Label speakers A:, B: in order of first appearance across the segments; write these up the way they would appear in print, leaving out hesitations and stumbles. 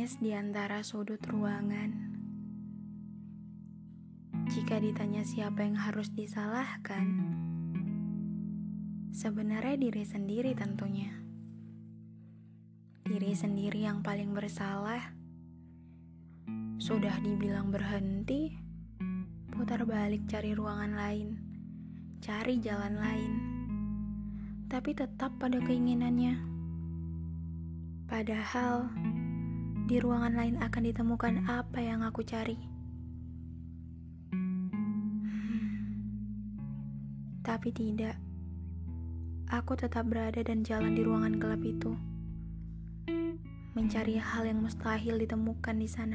A: menangis di antara sudut ruangan. Jika ditanya siapa yang harus disalahkan, sebenarnya diri sendiri tentunya. Diri sendiri yang paling bersalah. Sudah dibilang berhenti, putar balik cari ruangan lain, cari jalan lain, tapi tetap pada keinginannya. Padahal di ruangan lain akan ditemukan apa yang aku cari. Tapi tidak. Aku tetap berada dan jalan di ruangan gelap itu, mencari hal yang mustahil ditemukan di sana.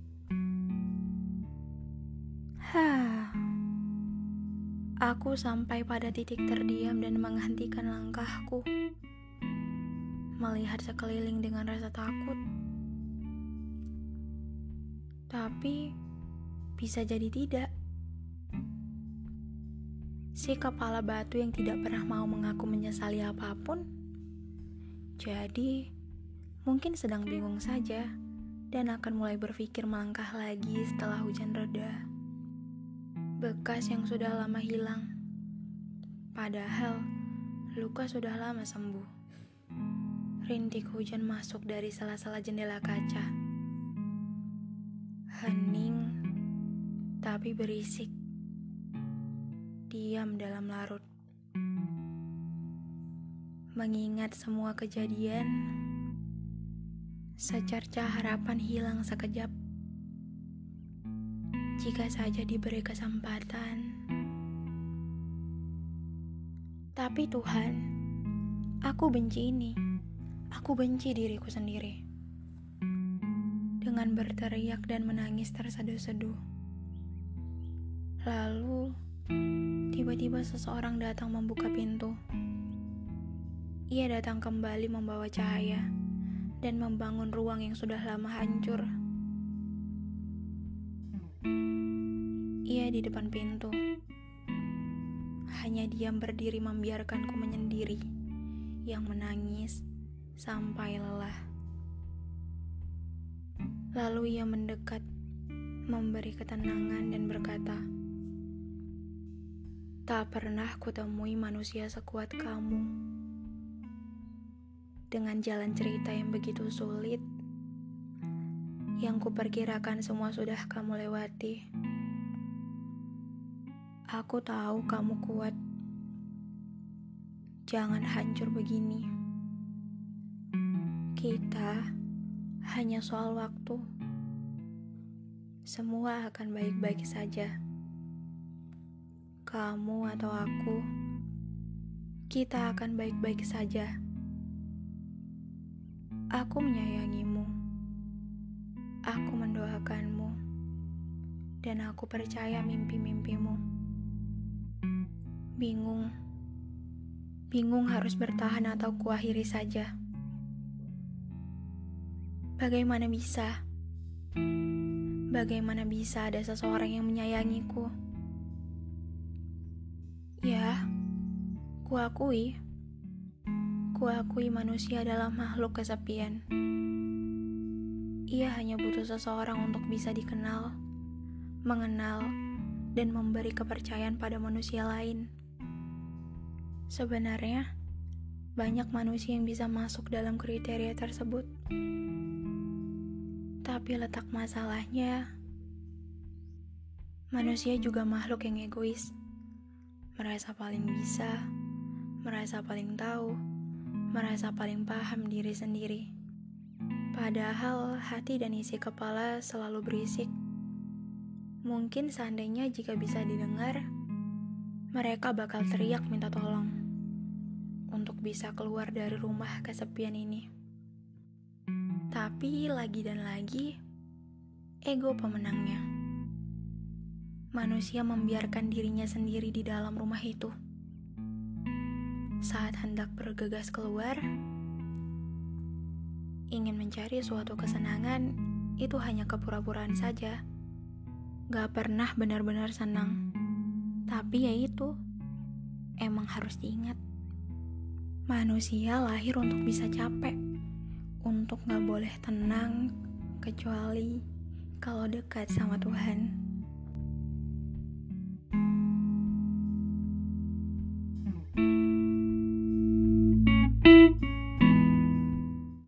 A: Aku sampai pada titik terdiam dan menghentikan langkahku, melihat sekeliling dengan rasa takut. Tapi bisa jadi tidak. Si kepala batu yang tidak pernah mau mengaku menyesali apapun, jadi mungkin sedang bingung saja dan akan mulai berpikir melangkah lagi setelah hujan reda. Bekas yang sudah lama hilang, padahal luka sudah lama sembuh. Rintik hujan masuk dari sela-sela jendela kaca. Hening, tapi berisik. Diam dalam larut. Mengingat semua kejadian, secercah harapan hilang sekejap. Jika saja diberi kesempatan. Tapi Tuhan, aku benci ini. Aku benci diriku sendiri. Dengan berteriak dan menangis terseduh-seduh. Lalu, tiba-tiba seseorang datang membuka pintu. Ia datang kembali membawa cahaya dan membangun ruang yang sudah lama hancur. Ia di depan pintu. Hanya diam berdiri membiarkanku menyendiri, yang menangis sampai lelah. Lalu ia mendekat, memberi ketenangan dan berkata, "Tak pernah kutemui manusia sekuat kamu." Dengan jalan cerita yang begitu sulit, yang kuperkirakan semua sudah kamu lewati. Aku tahu kamu kuat. Jangan hancur begini. Kita hanya soal waktu. Semua akan baik-baik saja. Kamu atau aku, kita akan baik-baik saja. Aku menyayangimu. Aku mendoakanmu. Dan aku percaya mimpi-mimpimu. Bingung harus bertahan atau kuakhiri saja. Bagaimana bisa ada seseorang yang menyayangiku? Ya, kuakui manusia adalah makhluk kesepian. Ia hanya butuh seseorang untuk bisa dikenal, mengenal, dan memberi kepercayaan pada manusia lain. Sebenarnya, banyak manusia yang bisa masuk dalam kriteria tersebut. Tapi letak masalahnya, manusia juga makhluk yang egois. Merasa paling bisa, merasa paling tahu, merasa paling paham diri sendiri. Padahal hati dan isi kepala selalu berisik. Mungkin seandainya jika bisa didengar, mereka bakal teriak minta tolong untuk bisa keluar dari rumah kesepian ini. Tapi lagi dan lagi, ego pemenangnya. Manusia membiarkan dirinya sendiri di dalam rumah itu. Saat hendak bergegas keluar, ingin mencari suatu kesenangan, itu hanya kepura-puraan saja. Gak pernah benar-benar senang. Tapi ya itu, emang harus diingat. Manusia lahir untuk bisa capek, untuk gak boleh tenang kecuali kalau dekat sama Tuhan.